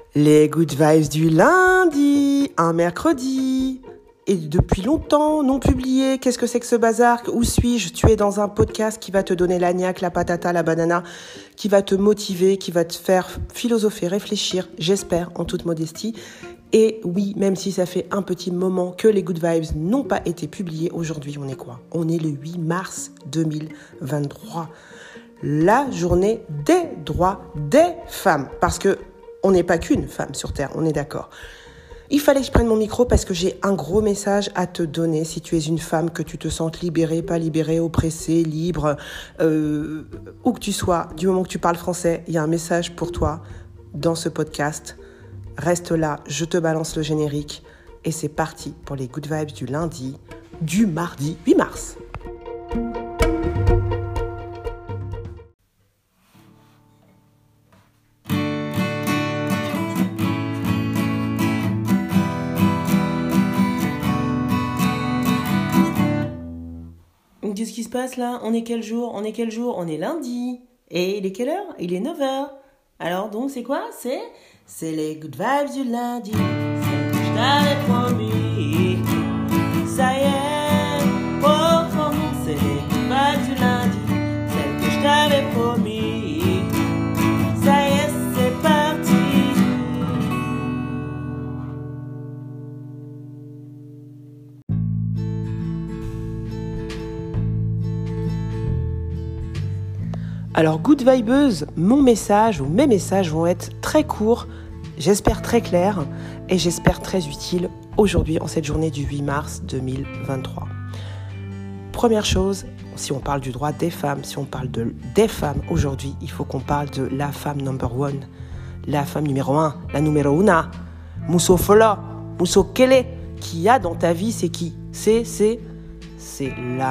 Les good vibes du lundi, un mercredi. Et depuis longtemps, non publié, qu'est-ce que c'est que ce bazar? Où suis-je? Tu es dans un podcast qui va te donner la niaque, la patata, la banana, qui va te motiver, qui va te faire philosopher, réfléchir, j'espère, en toute modestie. Et oui, même si ça fait un petit moment que les good vibes n'ont pas été publiés, aujourd'hui, on est quoi? On est le 8 mars 2023. La journée des droits des femmes. Parce que on n'est pas qu'une femme sur Terre, on est d'accord. Il fallait que je prenne mon micro parce que j'ai un gros message à te donner. Si tu es une femme, que tu te sentes libérée, pas libérée, oppressée, libre, où que tu sois, du moment que tu parles français, il y a un message pour toi dans ce podcast. Reste là, je te balance le générique et c'est parti pour les good vibes du lundi, du mardi 8 mars. Qu'est-ce qui se passe là? On est quel jour? On est lundi. Et il est quelle heure? Il est 9h. Alors donc c'est quoi? C'est les good vibes du lundi. C'est que je t'avais promis. Ça y est, oh, c'est les good vibes du lundi. Celle que je t'avais promis. Ça y est, c'est parti. Alors, good vibeuse, mon message ou mes messages vont être très courts, j'espère très clairs et j'espère très utiles aujourd'hui en cette journée du 8 mars 2023. Première chose, si on parle du droit des femmes, si on parle des femmes aujourd'hui, il faut qu'on parle de la femme number one, la femme numéro 1, la numéro una, Musso Fola, Musso Kele, qu'il y a dans ta vie, c'est qui? C'est la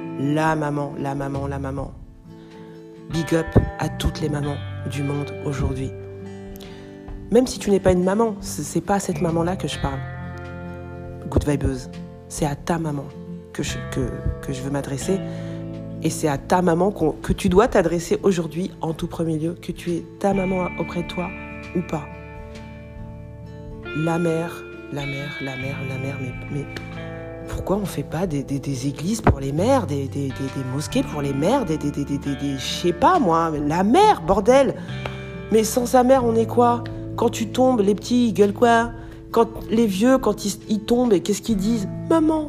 maman. Big up à toutes les mamans du monde aujourd'hui. Même si tu n'es pas une maman, c'est pas à cette maman-là que je parle. Good vibeuse, c'est à ta maman que je veux m'adresser. Et c'est à ta maman que tu dois t'adresser aujourd'hui en tout premier lieu, que tu aies ta maman auprès de toi ou pas. La mère, mais pourquoi on ne fait pas des églises pour les mères, des mosquées pour les mères, je sais pas moi, la mère, bordel. Mais sans sa mère, on est quoi? Quand tu tombes, les petits, ils gueulent quoi? Quand les vieux, quand ils tombent, et qu'est-ce qu'ils disent? Maman.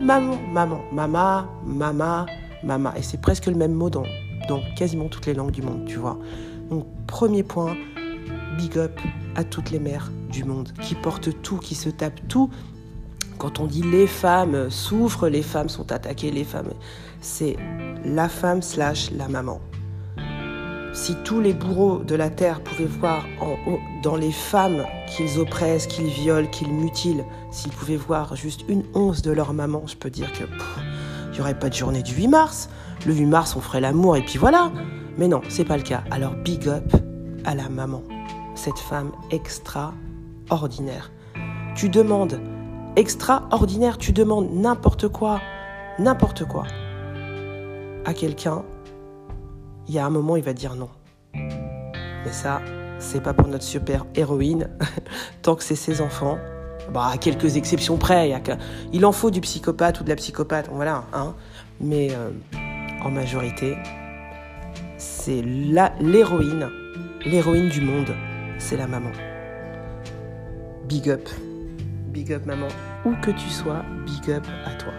Et c'est presque le même mot dans quasiment toutes les langues du monde, tu vois. Donc, premier point, big up à toutes les mères du monde qui portent tout, qui se tapent tout. Quand on dit les femmes souffrent, les femmes sont attaquées, les femmes, c'est la femme / la maman. Si tous les bourreaux de la terre pouvaient voir dans les femmes qu'ils oppressent, qu'ils violent, qu'ils mutilent, s'ils pouvaient voir juste une once de leur maman, je peux dire que il n'y aurait pas de journée du 8 mars. Le 8 mars, on ferait l'amour et puis voilà. Mais non, c'est pas le cas. Alors big up à la maman, cette femme extraordinaire. Tu demandes extraordinaire, tu demandes n'importe quoi à quelqu'un, il y a un moment, il va dire non. Mais ça, c'est pas pour notre super héroïne, tant que c'est ses enfants, à quelques exceptions près, il en faut du psychopathe ou de la psychopathe, voilà, hein. Mais en majorité, c'est l'héroïne du monde, c'est la maman. Big up maman, où que tu sois, big up à toi.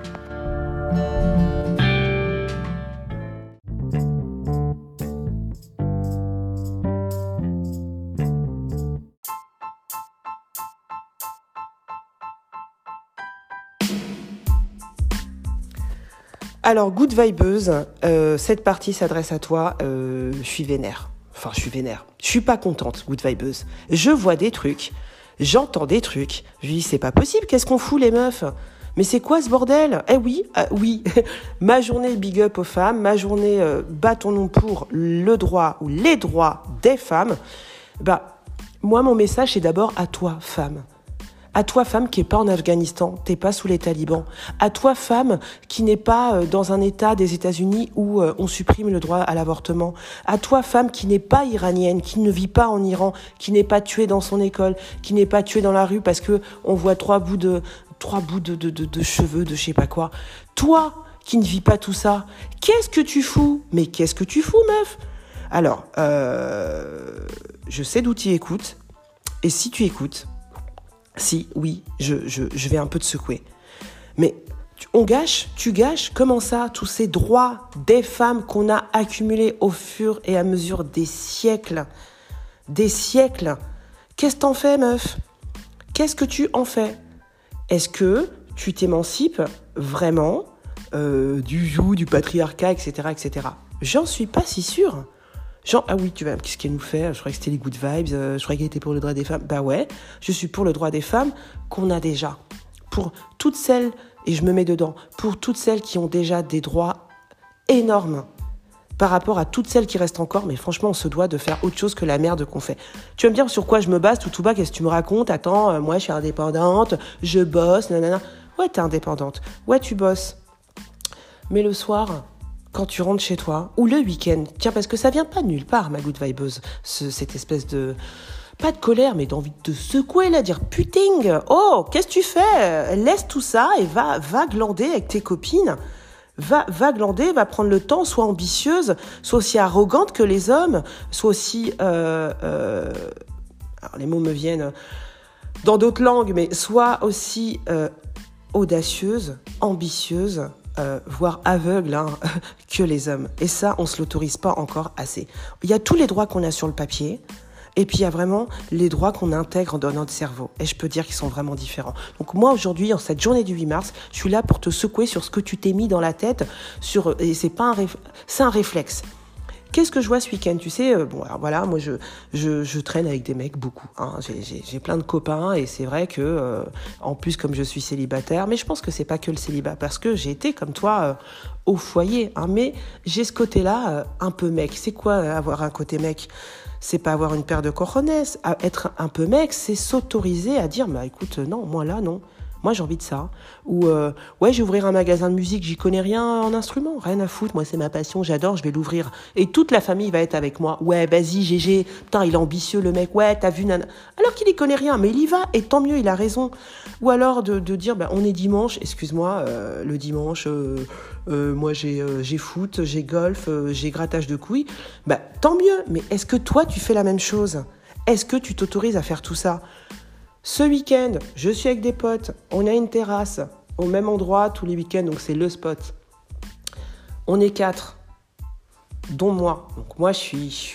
Alors, good vibeuse, cette partie s'adresse à toi, je suis vénère. Je suis pas contente, good vibeuse. Je vois des trucs, j'entends des trucs, je dis c'est pas possible, qu'est-ce qu'on fout les meufs? Mais c'est quoi ce bordel? Oui, ma journée big up aux femmes, ma journée battons-nous pour le droit ou les droits des femmes. Moi mon message c'est d'abord à toi femme, À toi, femme qui n'est pas en Afghanistan, t'es pas sous les talibans. À toi, femme qui n'est pas dans un État des États-Unis où on supprime le droit à l'avortement. À toi, femme qui n'est pas iranienne, qui ne vit pas en Iran, qui n'est pas tuée dans son école, qui n'est pas tuée dans la rue parce que on voit trois bouts de cheveux, de je sais pas quoi. Toi, qui ne vis pas tout ça, qu'est-ce que tu fous ? Mais qu'est-ce que tu fous, meuf ? Alors, je sais d'où tu écoutes. Et si tu écoutes, oui, je vais un peu te secouer. Mais tu gâches, comment ça, tous ces droits des femmes qu'on a accumulés au fur et à mesure des siècles. Des siècles. Qu'est-ce que t'en fais, meuf ? Qu'est-ce que tu en fais ? Est-ce que tu t'émancipes vraiment du joug, du patriarcat, etc., etc. J'en suis pas si sûre. Ah oui, qu'est-ce qu'elle nous fait ? Je croyais que c'était les good vibes, je croyais qu'elle était pour le droit des femmes. Bah ouais, je suis pour le droit des femmes qu'on a déjà. Pour toutes celles, et je me mets dedans, pour toutes celles qui ont déjà des droits énormes par rapport à toutes celles qui restent encore, mais franchement, on se doit de faire autre chose que la merde qu'on fait. Tu vas me dire sur quoi je me base, tout bas, qu'est-ce que tu me racontes ? Attends, moi je suis indépendante, je bosse, nanana. Ouais, t'es indépendante, ouais, tu bosses. Mais le soir, quand tu rentres chez toi, ou le week-end, tiens, parce que ça vient pas de nulle part, ma good vibeuse, cette espèce de... pas de colère, mais d'envie de te secouer, là, dire « Putain, oh, qu'est-ce que tu fais ? Laisse tout ça et va glander avec tes copines. Va glander, va prendre le temps, sois ambitieuse, sois aussi arrogante que les hommes, sois aussi... alors, les mots me viennent dans d'autres langues, mais sois aussi audacieuse, ambitieuse, voire aveugle que les hommes. Et ça, on se l'autorise pas encore assez. Il y a tous les droits qu'on a sur le papier, et puis il y a vraiment les droits qu'on intègre dans notre cerveau. Et je peux dire qu'ils sont vraiment différents. Donc moi, aujourd'hui, en cette journée du 8 mars, je suis là pour te secouer sur ce que tu t'es mis dans la tête, et c'est un réflexe. Qu'est-ce que je vois ce week-end ? Tu sais, bon, alors voilà, moi, je traîne avec des mecs beaucoup. J'ai plein de copains et c'est vrai que, en plus, comme je suis célibataire, mais je pense que c'est pas que le célibat, parce que j'ai été, comme toi, au foyer. Mais j'ai ce côté-là, un peu mec. C'est quoi avoir un côté mec ? C'est pas avoir une paire de cojones. Être un peu mec, c'est s'autoriser à dire, bah écoute, non, moi là, non. Moi, j'ai envie de ça. Ou, ouais, je vais ouvrir un magasin de musique, j'y connais rien en instrument, rien à foutre. Moi, c'est ma passion, j'adore, je vais l'ouvrir. Et toute la famille va être avec moi. Ouais, vas-y, GG. Putain, il est ambitieux, le mec. Ouais, t'as vu, nana. Alors qu'il y connaît rien, mais il y va, et tant mieux, il a raison. Ou alors de dire, bah, on est dimanche, excuse-moi, le dimanche, moi, j'ai foot, j'ai golf, j'ai grattage de couilles. Bah, tant mieux. Mais est-ce que toi, tu fais la même chose ? Est-ce que tu t'autorises à faire tout ça ? Ce week-end, je suis avec des potes, on a une terrasse au même endroit tous les week-ends, donc c'est le spot. On est 4, dont moi. Donc moi, je suis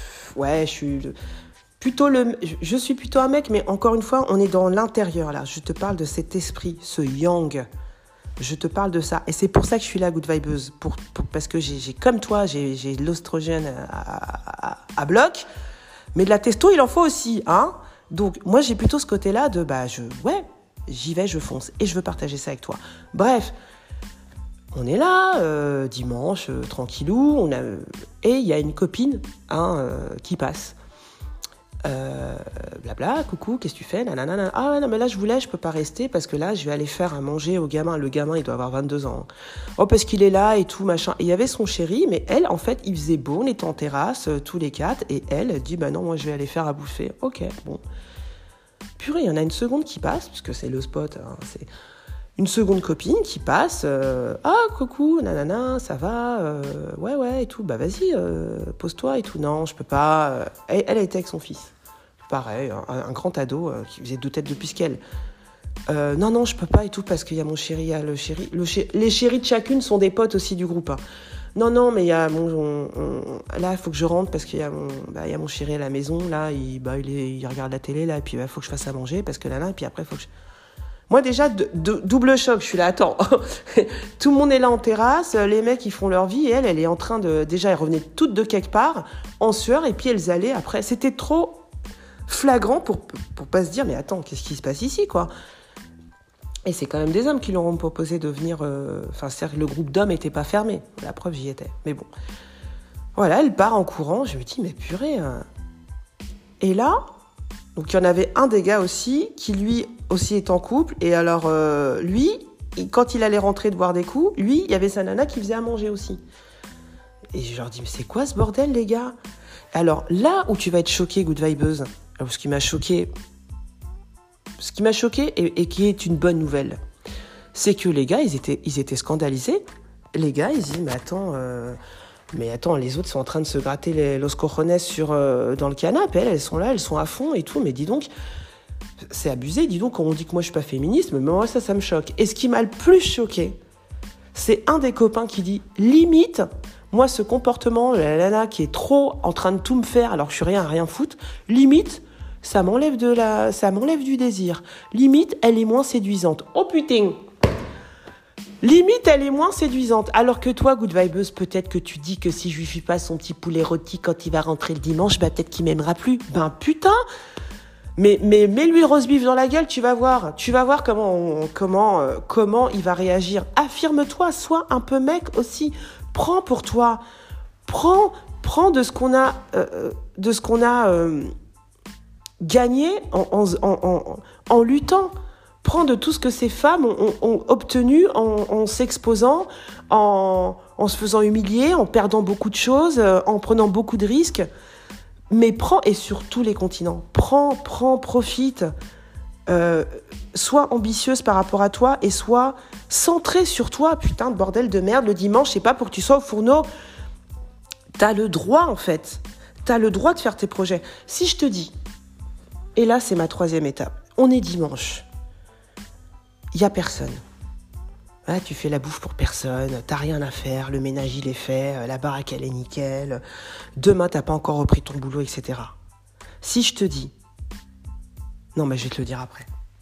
plutôt un mec, mais encore une fois, on est dans l'intérieur là. Je te parle de cet esprit, ce yang. Je te parle de ça. Et c'est pour ça que je suis là, good vibeuse. Parce que j'ai comme toi, j'ai de l'oestrogène à bloc. Mais de la testo, il en faut aussi, hein. Donc, moi, j'ai plutôt ce côté-là de, j'y vais, je fonce. Et je veux partager ça avec toi. Bref, on est là, dimanche, tranquillou. Et il y a une copine qui passe. Blabla, coucou, qu'est-ce que tu fais ? Nanana. Ah non, mais là, je peux pas rester parce que là, je vais aller faire à manger au gamin. Le gamin, il doit avoir 22 ans. Oh, parce qu'il est là et tout, machin. Et il y avait son chéri, mais elle, en fait, il faisait beau, on était en terrasse, tous les 4, et elle dit, bah non, moi, je vais aller faire à bouffer. Ok, bon. Purée, il y en a une seconde qui passe, puisque c'est le spot, c'est une seconde copine qui passe. Ah, coucou, nanana, ça va ouais, et tout. Bah, vas-y, pose-toi et tout. Non, je peux pas. Elle était avec son fils. Pareil, un grand ado qui faisait 2 têtes de puisqu'elle. Non, je peux pas et tout parce qu'il y a mon chéri, il y a le chéri. Les chéris de chacune sont des potes aussi du groupe. Non, mais il y a là, il faut que je rentre parce qu'il y a mon chéri à la maison. Là, il regarde la télé là, et puis il faut que je fasse à manger parce que là, et puis après, il faut que je... Moi, déjà, double choc, je suis là, attends. Tout le monde est là en terrasse, les mecs, ils font leur vie, et elle est en train de... Déjà, elles revenaient toutes de quelque part, en sueur, et puis elles allaient après. C'était trop flagrant pour pas se dire, mais attends, qu'est-ce qui se passe ici, quoi ? Et c'est quand même des hommes qui leur ont proposé de venir... c'est-à-dire que le groupe d'hommes n'était pas fermé. La preuve, j'y étais. Mais bon. Voilà, elle part en courant, je me dis, mais purée... Et là, Donc, il y en avait un des gars aussi, qui lui aussi est en couple. Et alors, lui, quand il allait rentrer de boire des coups, lui, il y avait sa nana qui faisait à manger aussi. Et je leur dis, mais c'est quoi ce bordel, les gars? Alors, là où tu vas être choqué, Good Vibeuse, ce qui m'a choqué et qui est une bonne nouvelle, c'est que les gars, ils étaient scandalisés. Les gars, ils disent, mais attends, les autres sont en train de se gratter los cojones dans le canapé. Elles sont là, elles sont à fond et tout. Mais dis donc, c'est abusé. Dis donc, on dit que moi, je suis pas féministe, mais moi, ça me choque. Et ce qui m'a le plus choqué, c'est un des copains qui dit, limite, moi, ce comportement, la nana qui est trop en train de tout me faire alors que je suis rien à rien foutre, limite, ça m'enlève du désir. Limite, elle est moins séduisante. Oh putain! Limite, elle est moins séduisante. Alors que toi, Good Vibeuse, peut-être que tu dis que si je lui fais pas son petit poulet rôti quand il va rentrer le dimanche, peut-être qu'il m'aimera plus. Ben putain! Mais mets-lui le roast beef dans la gueule, tu vas voir. Tu vas voir comment il va réagir. Affirme-toi, sois un peu mec aussi. Prends pour toi. Prends de ce qu'on a, gagné en luttant. Prends de tout ce que ces femmes ont obtenu en s'exposant, en se faisant humilier, en perdant beaucoup de choses, en prenant beaucoup de risques. Mais prends, et sur tous les continents, profite. Sois ambitieuse par rapport à toi et sois centrée sur toi. Putain de bordel de merde, le dimanche, c'est pas pour que tu sois au fourneau. T'as le droit, en fait. T'as le droit de faire tes projets. Si je te dis, et là, c'est ma 3e étape, on est dimanche. Il n'y a personne. Ouais, tu fais la bouffe pour personne, t'as rien à faire, le ménage il est fait, la baraque elle est nickel, demain t'as pas encore repris ton boulot, etc. Si je te dis... Non, mais je vais te le dire après.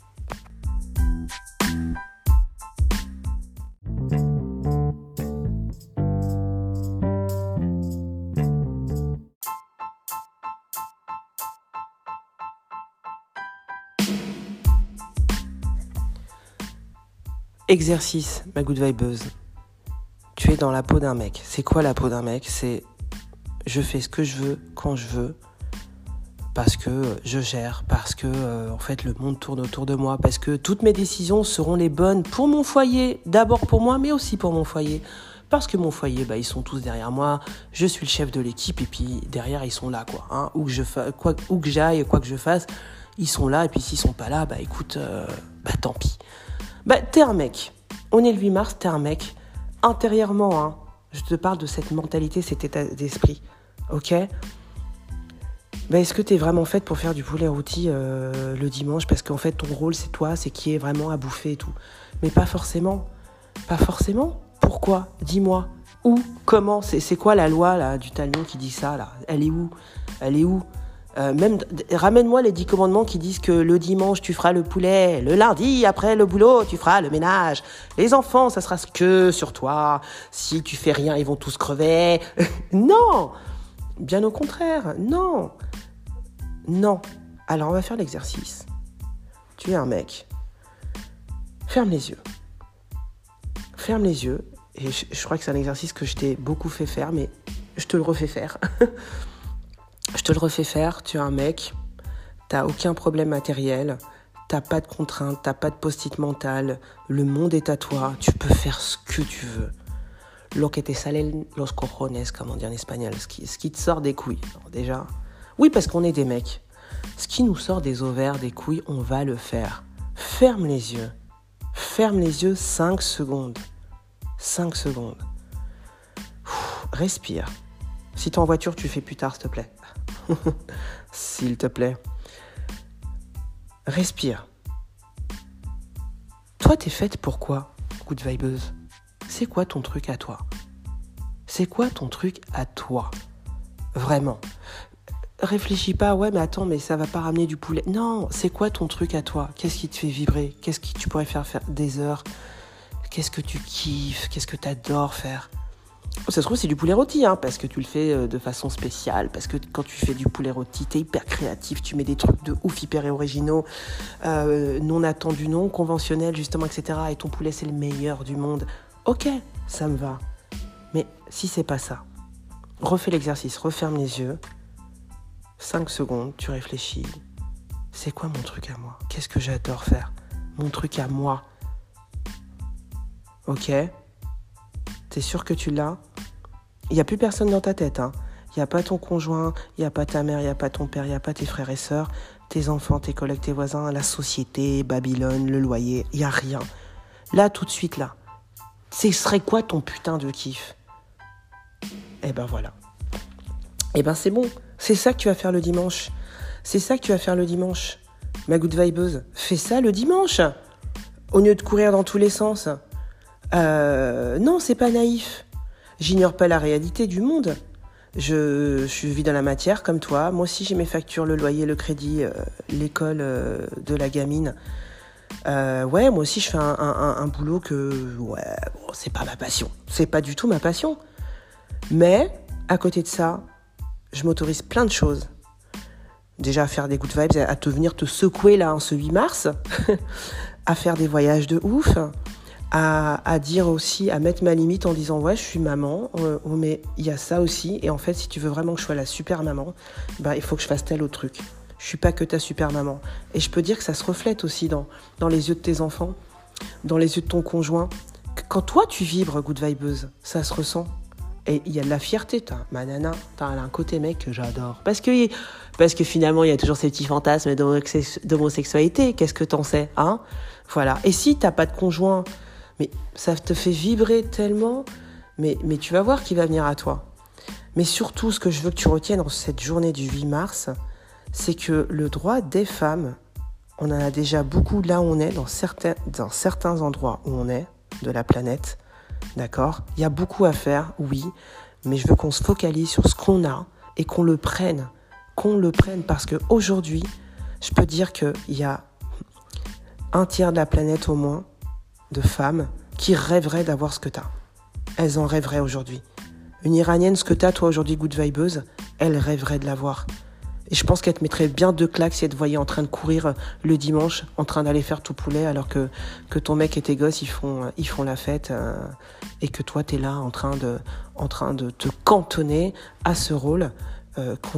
Exercice, ma Good Vibeuse. Tu es dans la peau d'un mec. C'est quoi la peau d'un mec? C'est je fais ce que je veux, quand je veux, parce que je gère, parce que en fait le monde tourne autour de moi, parce que toutes mes décisions seront les bonnes pour mon foyer, d'abord pour moi, mais aussi pour mon foyer. Parce que mon foyer, ils sont tous derrière moi, je suis le chef de l'équipe, et puis derrière, ils sont là, quoi. Hein, où que j'aille, quoi que je fasse, ils sont là, et puis s'ils sont pas là, écoute, tant pis. T'es un mec. On est le 8 mars, t'es un mec. Intérieurement, hein, je te parle de cette mentalité, cet état d'esprit. Ok? Est-ce que t'es vraiment faite pour faire du poulet rôti le dimanche? Parce qu'en fait, ton rôle, c'est toi, c'est qui est vraiment à bouffer et tout. Mais pas forcément. Pas forcément. Pourquoi? Dis-moi. Où? Comment? C'est quoi la loi là, du talion qui dit ça là? Elle est où? Ramène-moi les 10 commandements qui disent que le dimanche, tu feras le poulet. Le lundi, après le boulot, tu feras le ménage. Les enfants, ça sera que sur toi. Si tu fais rien, ils vont tous crever. Non! Bien au contraire, non. Non. Alors, on va faire l'exercice. Tu es un mec. Ferme les yeux. Ferme les yeux. Et je crois que c'est un exercice que je t'ai beaucoup fait faire, mais je te le refais faire. Je te le refais faire, tu es un mec, t'as aucun problème matériel, t'as pas de contraintes, t'as pas de post-it mental, le monde est à toi, tu peux faire ce que tu veux. Lo que te salen los cojones, comme on dit en espagnol, ce qui te sort des couilles. Alors déjà, oui, parce qu'on est des mecs. Ce qui nous sort des ovaires, des couilles, on va le faire. Ferme les yeux. Ferme les yeux 5 secondes. 5 secondes. Respire. Si t'es en voiture, tu fais plus tard, s'il te plaît. S'il te plaît. Respire. Toi, t'es faite pour quoi, Good Vibeuse? C'est quoi ton truc à toi? C'est quoi ton truc à toi? Vraiment. Réfléchis pas, ouais, mais attends, mais ça va pas ramener du poulet. Non, c'est quoi ton truc à toi? Qu'est-ce qui te fait vibrer? Qu'est-ce que tu pourrais faire des heures? Qu'est-ce que tu kiffes? Qu'est-ce que t'adores faire? Ça se trouve, c'est du poulet rôti, hein, parce que tu le fais de façon spéciale, parce que quand tu fais du poulet rôti, t'es hyper créatif, tu mets des trucs de ouf, hyper originaux, non attendus, non conventionnels, justement, etc. Et ton poulet, c'est le meilleur du monde. Ok, ça me va. Mais si c'est pas ça, refais l'exercice, referme les yeux, 5 secondes, tu réfléchis, C'est quoi mon truc à moi? Qu'est-ce que j'adore faire? Mon truc à moi. Ok? T'es sûr que tu l'as? Il n'y a plus personne dans ta tête, hein. Il n'y a pas ton conjoint, il n'y a pas ta mère, il n'y a pas ton père, il n'y a pas tes frères et sœurs, tes enfants, tes collègues, tes voisins, la société, Babylone, le loyer, il n'y a rien. Là, tout de suite, là. Ce serait quoi ton putain de kiff? Eh ben voilà. Eh ben c'est bon. C'est ça que tu vas faire le dimanche. C'est ça que tu vas faire le dimanche. Ma good vibeuse, fais ça le dimanche. Au lieu de courir dans tous les sens. Non, c'est pas naïf. J'ignore pas la réalité du monde. Je vis dans la matière comme toi. Moi aussi, j'ai mes factures, le loyer, le crédit, l'école de la gamine. Ouais, moi aussi, je fais un boulot que... Ouais, bon, c'est pas ma passion. C'est pas du tout ma passion. Mais, à côté de ça, je m'autorise plein de choses. Déjà, à faire des good vibes, à te venir te secouer là, en ce 8 mars. À faire des voyages de ouf. À dire aussi, à mettre ma limite en disant ouais je suis maman, mais il y a ça aussi, et en fait si tu veux vraiment que je sois la super maman, bah, il faut que je fasse tel autre truc. Je suis pas que ta super maman. Et je peux dire que ça se reflète aussi dans les yeux de tes enfants, dans les yeux de ton conjoint. Quand toi tu vibres good vibeuse, ça se ressent. Et il y a de la fierté, ma nana, elle a un côté mec que j'adore. Parce que finalement, il y a toujours ces petits fantasmes d'homosexualité. Qu'est-ce que t'en sais, hein? Voilà. Et si t'as pas de conjoint, mais ça te fait vibrer tellement, mais tu vas voir qui va venir à toi. Mais surtout, ce que je veux que tu retiennes dans cette journée du 8 mars, c'est que le droit des femmes, on en a déjà beaucoup là où on est, dans certains endroits où on est, de la planète, d'accord? Il y a beaucoup à faire, oui, mais je veux qu'on se focalise sur ce qu'on a et qu'on le prenne, parce qu'aujourd'hui, je peux dire qu'il y a un tiers de la planète au moins, de femmes qui rêveraient d'avoir ce que tu as. Elles en rêveraient aujourd'hui. Une Iranienne, ce que tu as toi aujourd'hui, good vibeuse, elle rêverait de l'avoir. Et je pense qu'elle te mettrait bien 2 claques si elle te voyait en train de courir le dimanche, en train d'aller faire tout poulet, alors que ton mec et tes gosses, ils font la fête, et que toi, t'es là en train de te cantonner à ce rôle qu'on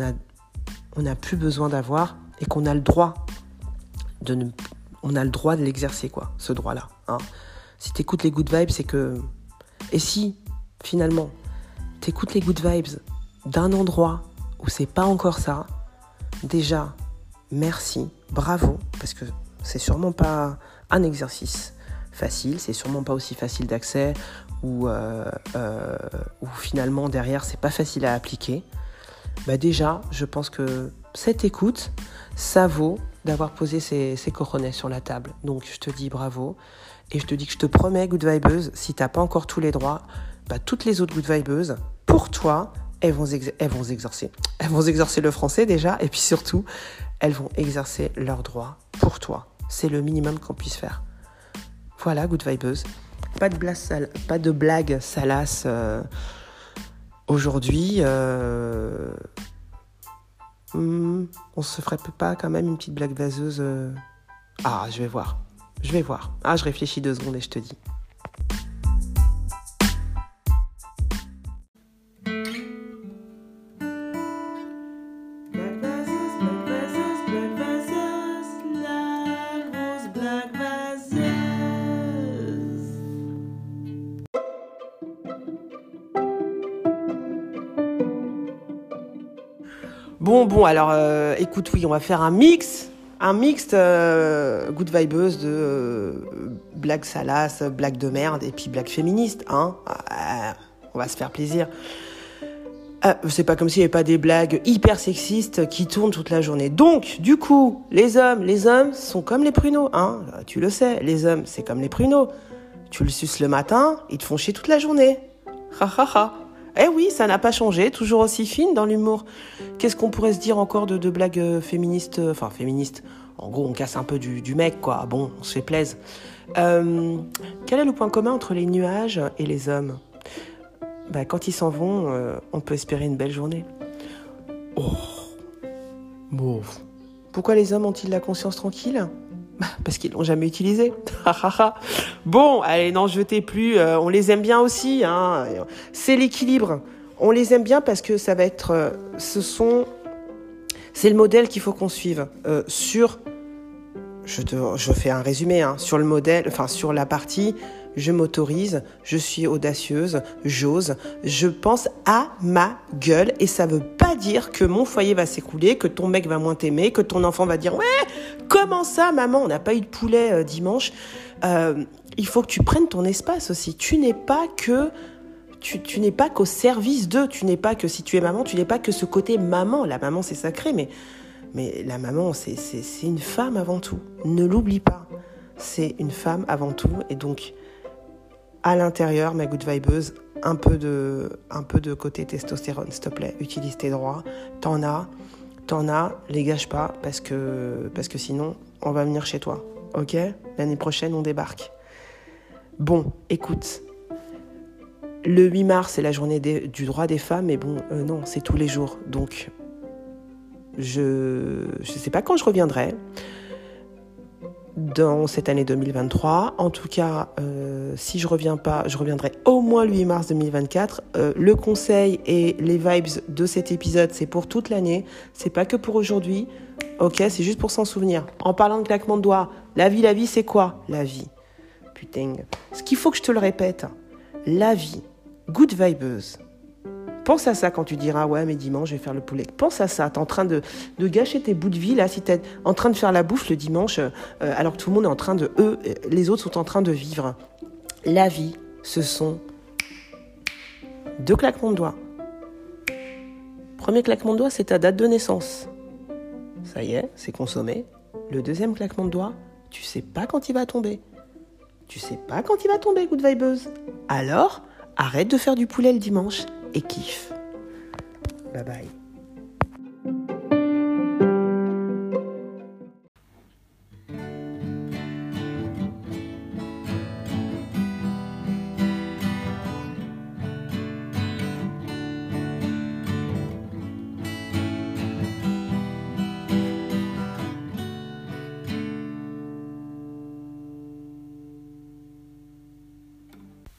a plus besoin d'avoir, et qu'on a le droit on a le droit de l'exercer, quoi, ce droit-là. Hein. Si t'écoutes les good vibes, c'est que... Et si, finalement, t'écoutes les good vibes d'un endroit où c'est pas encore ça, déjà, merci, bravo, parce que c'est sûrement pas un exercice facile, c'est sûrement pas aussi facile d'accès, ou finalement, derrière, c'est pas facile à appliquer. Bah déjà, je pense que cette écoute, ça vaut d'avoir posé ces coronets sur la table. Donc, je te dis bravo. Et je te dis que je te promets, good vibeuse, si t'as pas encore tous les droits, bah, toutes les autres good vibeuses, pour toi, elles vont exercer. Elles vont exercer le français déjà, et puis surtout, elles vont exercer leurs droits pour toi. C'est le minimum qu'on puisse faire. Voilà, good vibeuse. Pas de blague salace aujourd'hui. On se ferait pas quand même une petite blague vaseuse Ah, je vais voir. Ah, je réfléchis 2 secondes et je te dis. Bon, alors, écoute, oui, on va faire un mix good vibeuse de blagues salaces, blagues de merde et puis blagues féministes, hein. On va se faire plaisir. C'est pas comme s'il n'y avait pas des blagues hyper sexistes qui tournent toute la journée. Donc, du coup, les hommes sont comme les pruneaux, hein. Tu le sais, les hommes, c'est comme les pruneaux. Tu le suces le matin, ils te font chier toute la journée. Eh oui, ça n'a pas changé, toujours aussi fine dans l'humour. Qu'est-ce qu'on pourrait se dire encore de blagues féministes, féministes. En gros, on casse un peu du mec, quoi. Bon, on se fait plaisir. Quel est le point commun entre les nuages et les hommes? Bah, quand ils s'en vont, on peut espérer une belle journée. Oh, bon. Pourquoi les hommes ont-ils la conscience tranquille? Parce qu'ils l'ont jamais utilisé. Bon, allez, n'en jetez plus. On les aime bien aussi, hein. C'est l'équilibre. On les aime bien parce que ça va être... ce sont C'est le modèle qu'il faut qu'on suive. Je fais un résumé, sur le modèle, sur la partie, je m'autorise, je suis audacieuse, j'ose, je pense à ma gueule et ça veut pas dire que mon foyer va s'écrouler, que ton mec va moins t'aimer, que ton enfant va dire « Ouais, comment ça maman, on n'a pas eu de poulet dimanche ?» Il faut que tu prennes ton espace aussi. Tu n'es pas qu'au service d'eux, tu n'es pas que, si tu es maman, tu n'es pas que ce côté maman. La maman c'est sacré, mais la maman c'est une femme avant tout. Ne l'oublie pas, c'est une femme avant tout et donc... À l'intérieur, ma good vibeuse, un peu de côté testostérone, s'il te plaît. Utilise tes droits. T'en as, les gâche pas, parce que sinon, on va venir chez toi. Ok ? L'année prochaine, on débarque. Bon, écoute. Le 8 mars, c'est la journée du droit des femmes, mais bon, non, c'est tous les jours. Donc, je sais pas quand je reviendrai. Dans cette année 2023. En tout cas, si je reviens pas, je reviendrai au moins le 8 mars 2024. Le conseil et les vibes de cet épisode, c'est pour toute l'année. C'est pas que pour aujourd'hui. Ok, c'est juste pour s'en souvenir. En parlant de claquement de doigts, la vie, c'est quoi ? La vie. Putain. Ce qu'il faut que je te le répète. La vie. Good vibeuse. Pense à ça quand tu diras « Ouais, mais dimanche, je vais faire le poulet ». Pense à ça. T'es en train de gâcher tes bouts de vie, là, si t'es en train de faire la bouffe le dimanche, alors que tout le monde est en train de... les autres sont en train de vivre. La vie, ce sont 2 claquements de doigts. Premier claquement de doigts, c'est ta date de naissance. Ça y est, c'est consommé. Le deuxième claquement de doigts, tu sais pas quand il va tomber. Tu sais pas quand il va tomber, good vibeuse. Alors, arrête de faire du poulet le dimanche et kiffe. Bye bye.